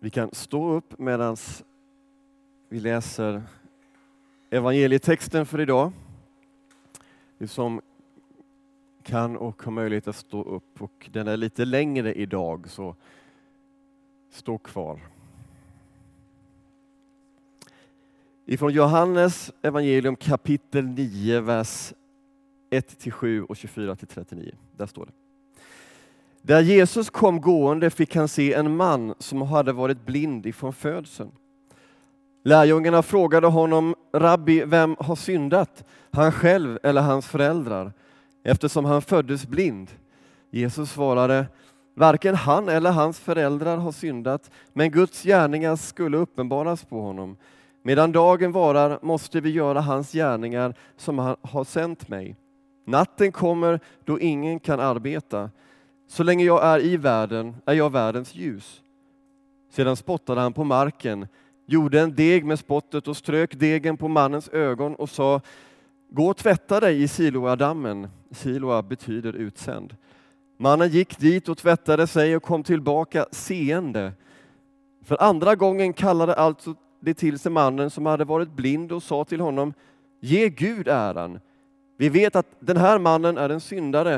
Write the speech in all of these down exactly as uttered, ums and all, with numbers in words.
Vi kan stå upp medan vi läser evangelietexten för idag. Du som kan och har möjlighet att stå upp, och den är lite längre idag, så stå kvar. Ifrån Johannes evangelium kapitel nio, vers ett till sju och tjugofyra till trettionio. Där står det. Där Jesus kom gående fick han se en man som hade varit blind ifrån födseln. Lärjungarna frågade honom: Rabbi, vem har syndat, han själv eller hans föräldrar, eftersom han föddes blind? Jesus svarade: varken han eller hans föräldrar har syndat, men Guds gärningar skulle uppenbaras på honom. Medan dagen varar måste vi göra hans gärningar som han har sänt mig. Natten kommer då ingen kan arbeta. Så länge jag är i världen är jag världens ljus. Sedan spottade han på marken, gjorde en deg med spottet och strök degen på mannens ögon och sa: gå och tvätta dig i Siloadammen. Siloa betyder utsänd. Mannen gick dit och tvättade sig och kom tillbaka seende. För andra gången kallade alltså det till sig mannen som hade varit blind och sa till honom: ge Gud äran. Vi vet att den här mannen är en syndare.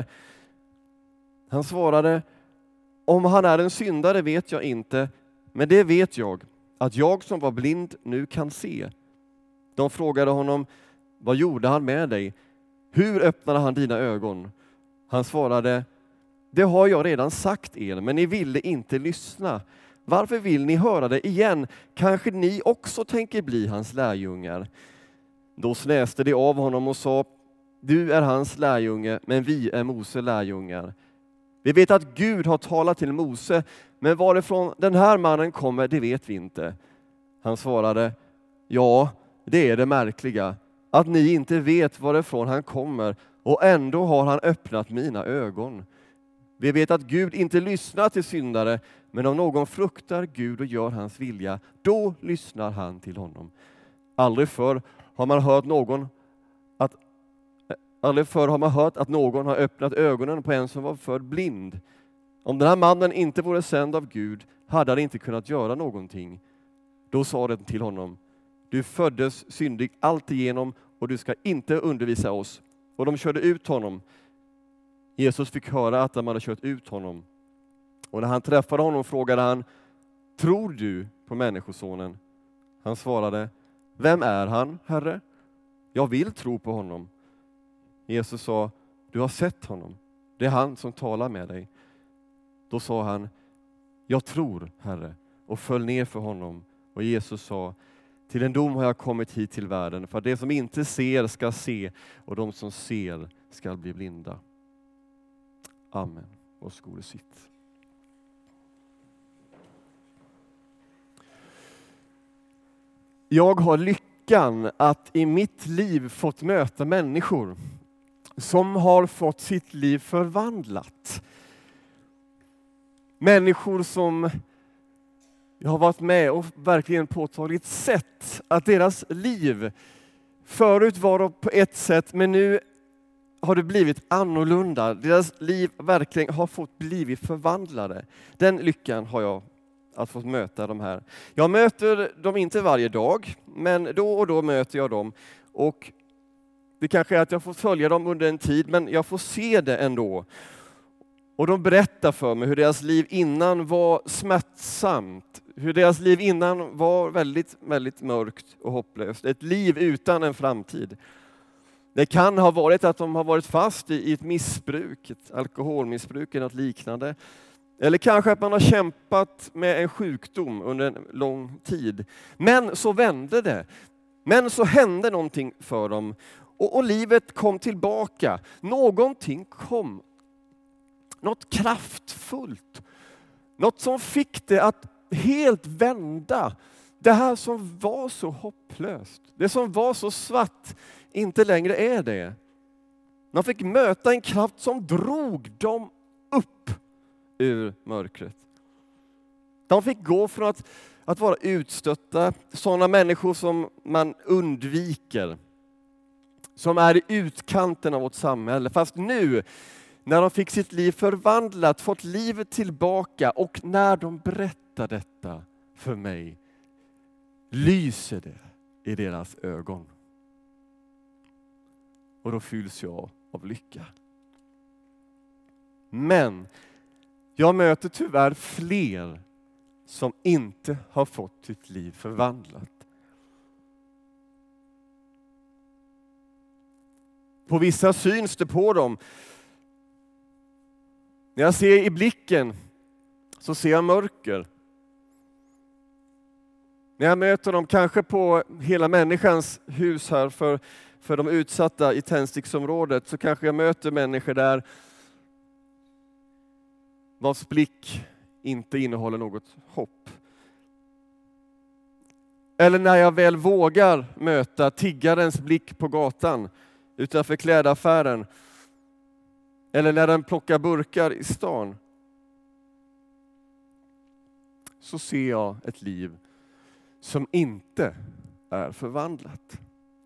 Han svarade: om han är en syndare vet jag inte, men det vet jag, att jag som var blind nu kan se. De frågade honom: vad gjorde han med dig? Hur öppnade han dina ögon? Han svarade: det har jag redan sagt er, men ni ville inte lyssna. Varför vill ni höra det igen? Kanske ni också tänker bli hans lärjungar. Då snäste de av honom och sa: du är hans lärjunge, men vi är Mose lärjungar. Vi vet att Gud har talat till Mose, men varifrån den här mannen kommer, det vet vi inte. Han svarade: ja, det är det märkliga, att ni inte vet varifrån han kommer, och ändå har han öppnat mina ögon. Vi vet att Gud inte lyssnar till syndare, men om någon fruktar Gud och gör hans vilja, då lyssnar han till honom. Aldrig förr har man hört någon att Aldrig förr har man hört att någon har öppnat ögonen på en som var född blind. Om den här mannen inte vore sänd av Gud hade han inte kunnat göra någonting. Då sa den till honom: du föddes syndig alltigenom och du ska inte undervisa oss. Och de körde ut honom. Jesus fick höra att de hade kört ut honom. Och när han träffade honom frågade han: tror du på Människosonen? Han svarade: vem är han, Herre? Jag vill tro på honom. Jesus sa: du har sett honom. Det är han som talar med dig. Då sa han: jag tror, Herre, och föll ner för honom. Och Jesus sa: till en dom har jag kommit hit till världen, för det som inte ser ska se, och de som ser ska bli blinda. Amen. Varsågod och sitt. Jag har lyckan att i mitt liv fått möta människor som har fått sitt liv förvandlat. Människor som jag har varit med och verkligen påtagligt sett att deras liv förut var på ett sätt, men nu har det blivit annorlunda. Deras liv verkligen har fått blivit förvandlade. Den lyckan har jag att få möta de här. Jag möter dem inte varje dag, men då och då möter jag dem. Och det kanske är att jag får följa dem under en tid, men jag får se det ändå. Och de berättar för mig hur deras liv innan var smärtsamt. Hur deras liv innan var väldigt, väldigt mörkt och hopplöst. Ett liv utan en framtid. Det kan ha varit att de har varit fast i ett missbruk, ett alkoholmissbruk eller något liknande. Eller kanske att man har kämpat med en sjukdom under en lång tid. Men så vände det. Men så hände någonting för dem. Och, och livet kom tillbaka. Någonting kom. Något kraftfullt. Något som fick det att helt vända. Det här som var så hopplöst. Det som var så svart inte längre är det. Man fick möta en kraft som drog dem upp ur mörkret. De fick gå från att, att vara utstötta, sådana människor som man undviker. Som är i utkanten av vårt samhälle. Fast nu, när de fick sitt liv förvandlat, fått livet tillbaka, och när de berättar detta, för mig lyser det i deras ögon. Och då fylls jag av lycka. Men jag möter tyvärr fler som inte har fått sitt liv förvandlat. På vissa syns det på dem. När jag ser i blicken så ser jag mörker. När jag möter dem kanske på hela människans hus här för, för de utsatta i tändsticksområdet, så kanske jag möter människor där vars blick inte innehåller något hopp. Eller när jag väl vågar möta tiggarens blick på gatan utanför klädaffären. Eller när den plockar burkar i stan. Så ser jag ett liv som inte är förvandlat.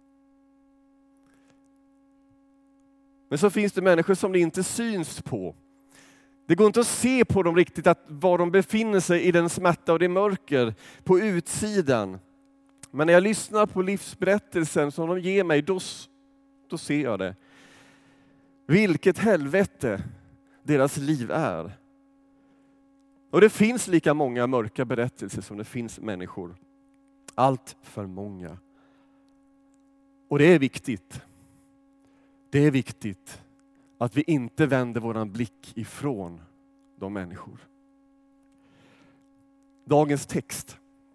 Men så finns det människor som det inte syns på. Det går inte att se på dem riktigt att var de befinner sig i den smärta och det mörker på utsidan. Men när jag lyssnar på livsberättelsen som de ger mig, då, då ser jag det. Vilket helvete deras liv är. Och det finns lika många mörka berättelser som det finns människor. Allt för många. Och det är viktigt. Det är viktigt att vi inte vänder våran blick ifrån de människor. Dagens text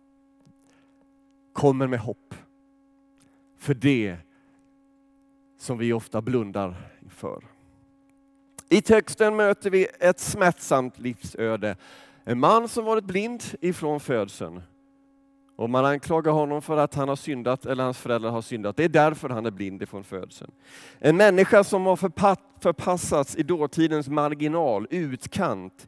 kommer med hopp för det som vi ofta blundar inför. I texten möter vi ett smärtsamt livsöde. En man som varit blind ifrån födseln. Och man anklagar honom för att han har syndat eller hans föräldrar har syndat. Det är därför han är blind ifrån födseln. En människa som har förpassats i dåtidens marginal, utkant.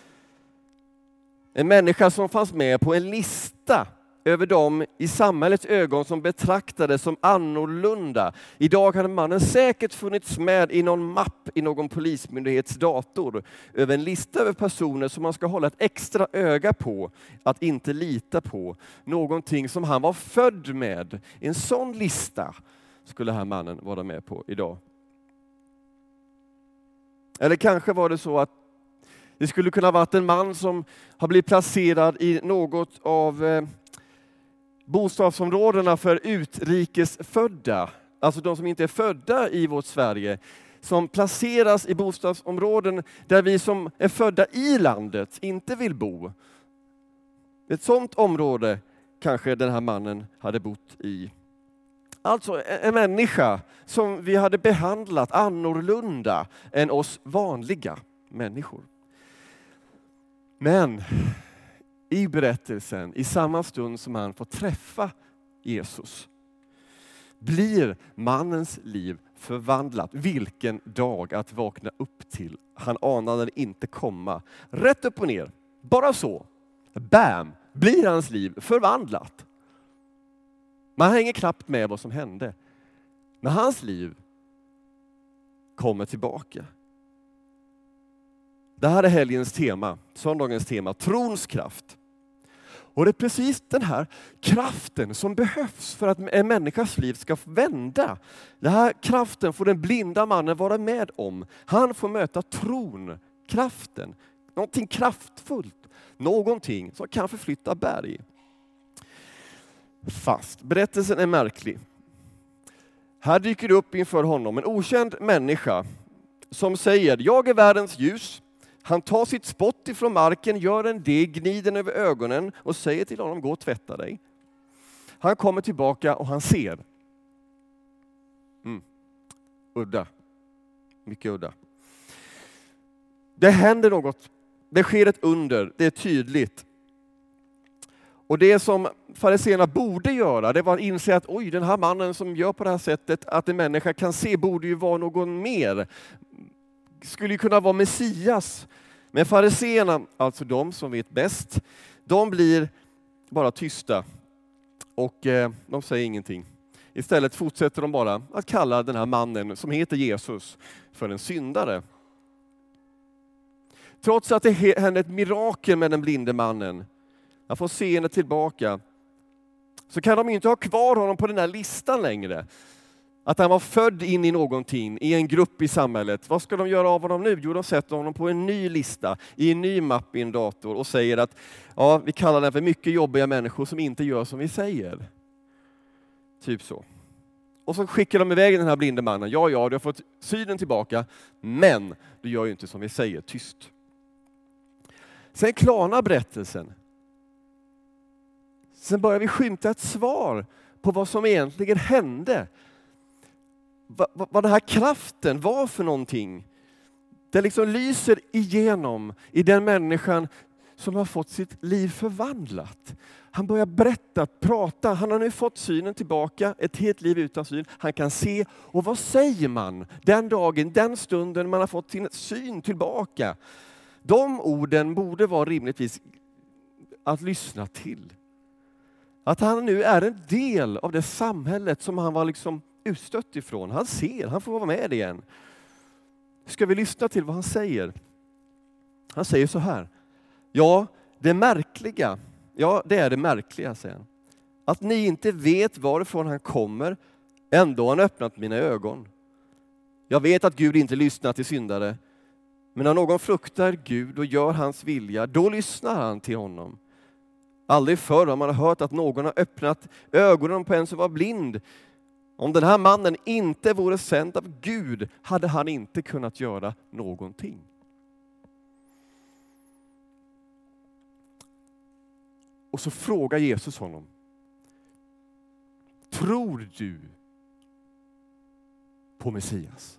En människa som fanns med på en lista över dem i samhällets ögon som betraktades som annorlunda. Idag hade mannen säkert funnits med i någon mapp i någon polismyndighets dator över en lista över personer som man ska hålla ett extra öga på, att inte lita på. Någonting som han var född med. En sån lista skulle den här mannen vara med på idag. Eller kanske var det så att det skulle kunna vara en man som har blivit placerad i något av eh, bostadsområdena för utrikesfödda, alltså de som inte är födda i vårt Sverige, som placeras i bostadsområden där vi som är födda i landet inte vill bo. Ett sådant område kanske den här mannen hade bott i. Alltså en människa som vi hade behandlat annorlunda än oss vanliga människor. Men i berättelsen, i samma stund som han får träffa Jesus, blir mannens liv förvandlat. Vilken dag att vakna upp till. Han anade inte komma. Rätt upp och ner. Bara så. Bam! Blir hans liv förvandlat. Man hänger knappt med vad som hände. Men hans liv kommer tillbaka. Det här är helgens tema, söndagens tema, trons kraft. Och det är precis den här kraften som behövs för att en människas liv ska vända. Den här kraften får den blinda mannen vara med om. Han får möta tron, kraften, någonting kraftfullt, någonting som kan förflytta berg. Fast berättelsen är märklig. Här dyker det upp inför honom en okänd människa som säger: jag är världens ljus. Han tar sitt spott ifrån marken, gör en deg, gnider den över ögonen och säger till honom: gå och tvätta dig. Han kommer tillbaka och han ser. Mm. Udda. Mycket udda. Det händer något. Det sker ett under. Det är tydligt. Och det som fariséerna borde göra, det var att inse att oj, den här mannen som gör på det här sättet, att en människa kan se, borde ju vara någon mer. Skulle ju kunna vara Messias. Men fariséerna, alltså de som vet bäst, de blir bara tysta och eh, de säger ingenting. Istället fortsätter de bara att kalla den här mannen som heter Jesus för en syndare. Trots att det hände ett mirakel med den blinde mannen, Han får seende tillbaka. Så kan de inte ha kvar honom på den här listan längre. Att han var född in i någonting, i en grupp i samhället. Vad ska de göra av honom nu? Jo, de sätter honom på en ny lista, i en ny mapp i en dator och säger att ja, vi kallar den för mycket jobbiga människor som inte gör som vi säger. Typ så. Och så skickar de iväg den här blinde mannen. Ja, ja, du har fått synen tillbaka, men du gör ju inte som vi säger, tyst. Sen klarnar berättelsen. Sen börjar vi skymta ett svar på vad som egentligen hände. Vad, vad, vad den här kraften var för någonting. Det liksom lyser igenom i den människan som har fått sitt liv förvandlat. Han börjar berätta, prata. Han har nu fått synen tillbaka, ett helt liv utan syn. Han kan se. Och vad säger man den dagen, den stunden man har fått sin syn tillbaka? De orden borde vara rimligtvis att lyssna till. Att han nu är en del av det samhället som han var liksom utstött ifrån. Han ser, han får vara med igen. Ska vi lyssna till vad han säger? Han säger så här. Ja, det märkliga. Ja, det är det märkliga, säger han. Att ni inte vet varifrån han kommer, ändå har han öppnat mina ögon. Jag vet att Gud inte lyssnar till syndare. Men när någon fruktar Gud och gör hans vilja, då lyssnar han till honom. Aldrig förr har man hört att någon har öppnat ögonen på en som var blind. Om den här mannen inte vore sänd av Gud hade han inte kunnat göra någonting. Och så frågar Jesus honom. Tror du på Messias?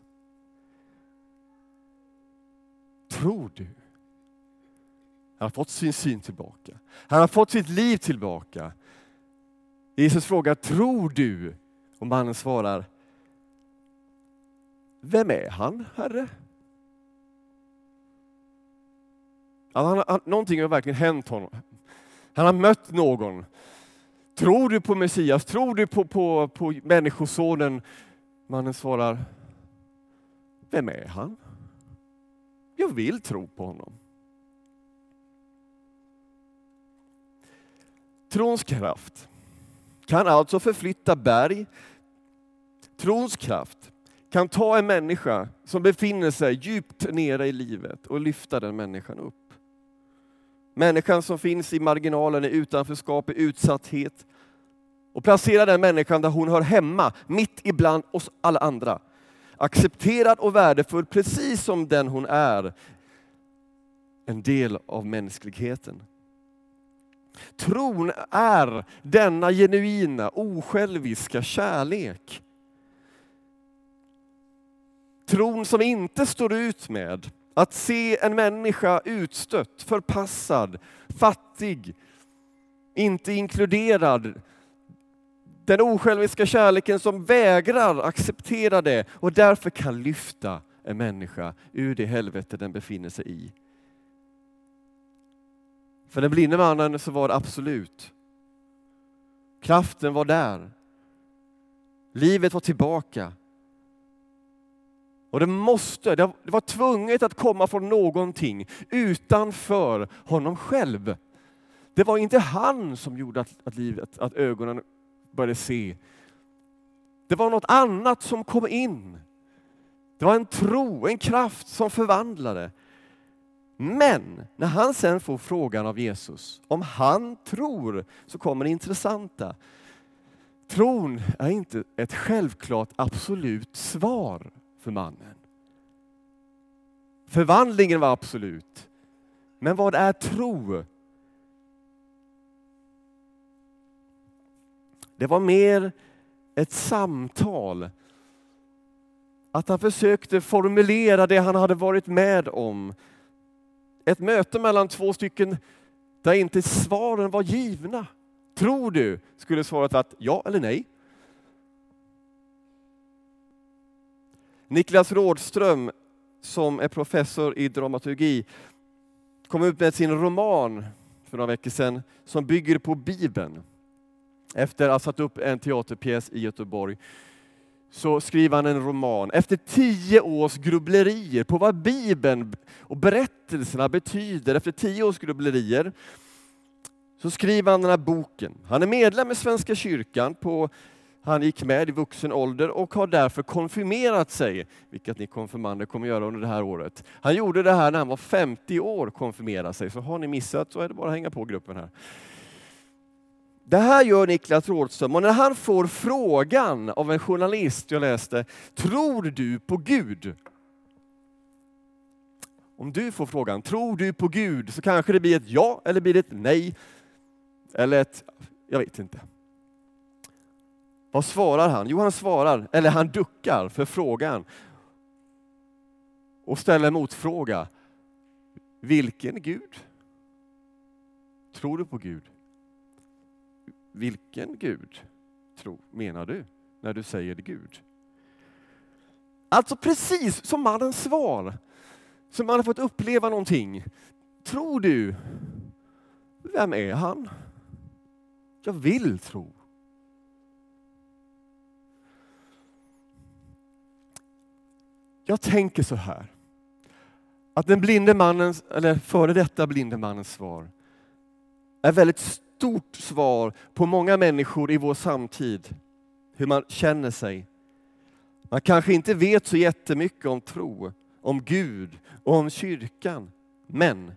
Tror du? Han har fått sin syn tillbaka. Han har fått sitt liv tillbaka. Jesus frågar, tror du? Och mannen svarar, vem är han, Herre? Han, han, någonting har verkligen hänt honom. Han har mött någon. Tror du på Messias? Tror du på, på, på människosonen? Mannen svarar, vem är han? Jag vill tro på honom. Trons kraft kan alltså förflytta berg. Trons kraft kan ta en människa som befinner sig djupt nere i livet och lyfta den människan upp. Människan som finns i marginalen, i utanförskap, i utsatthet. Och placera den människan där hon hör hemma, mitt ibland oss alla andra. Accepterad och värdefull precis som den hon är. En del av mänskligheten. Tron är denna genuina, osjälviska kärlek. Tron som inte står ut med att se en människa utstött, förpassad, fattig, inte inkluderad. Den osjälviska kärleken som vägrar acceptera det och därför kan lyfta en människa ur det helvete den befinner sig i. För den blinde mannen så var det absolut. Kraften var där. Livet var tillbaka. Och det måste, det var tvunget att komma från någonting utanför honom själv. Det var inte han som gjorde att, att, livet, att ögonen började se. Det var något annat som kom in. Det var en tro, en kraft som förvandlade. Men när han sen får frågan av Jesus om han tror, så kommer det intressanta. Tron är inte ett självklart absolut svar för mannen. Förvandlingen var absolut. Men vad är tro? Det var mer ett samtal. Att han försökte formulera det han hade varit med om. Ett möte mellan två stycken där inte svaren var givna. Tror du? Skulle svaret varit ja eller nej. Niklas Rådström, som är professor i dramaturgi, kom ut med sin roman för några veckor sedan som bygger på Bibeln. Efter att ha satt upp en teaterpjäs i Göteborg så skriver han en roman. Efter tio års grubblerier på vad Bibeln och berättelserna betyder. Efter tio års grubblerier så skriver han den här boken. Han är medlem i Svenska kyrkan, på, han gick med i vuxen ålder och har därför konfirmerat sig, vilket ni konfirmander kommer göra under det här året. Han gjorde det här när han var femtio år, konfirmerade sig, så har ni missat så är det bara att hänga på gruppen här. Det här gör Niklas Rådström, och när han får frågan av en journalist jag läste, tror du på Gud? Om du får frågan, tror du på Gud? Så kanske det blir ett ja eller blir det ett nej. Eller ett, jag vet inte. Vad svarar han? Jo, han svarar, eller han duckar för frågan. Och ställer motfråga. Vilken Gud? Tror du på Gud? Vilken Gud tro, menar du när du säger Gud? Alltså precis som mannens svar. Som man har fått uppleva någonting. Tror du? Vem är han? Jag vill tro. Jag tänker så här. Att den blinde mannens, eller före detta blinde mannens svar är väldigt stort svar på många människor i vår samtid. Hur man känner sig. Man kanske inte vet så jättemycket om tro, om Gud och om kyrkan. Men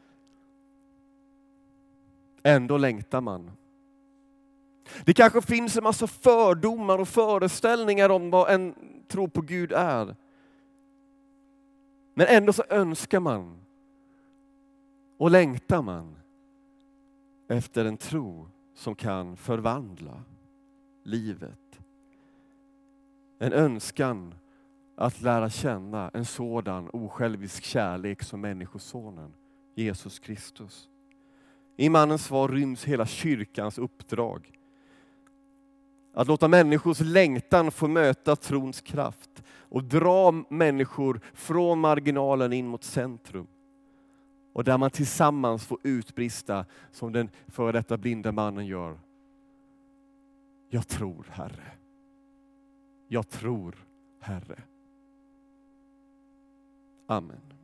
ändå längtar man. Det kanske finns en massa fördomar och föreställningar om vad en tro på Gud är. Men ändå så önskar man och längtar man efter en tro som kan förvandla livet. En önskan att lära känna en sådan osjälvisk kärlek som människosonen, Jesus Kristus. I mannens svar ryms hela kyrkans uppdrag. Att låta människors längtan få möta trons kraft och dra människor från marginalen in mot centrum. Och där man tillsammans får utbrista som den före detta blinda mannen gör. Jag tror, Herre. Jag tror, Herre. Amen.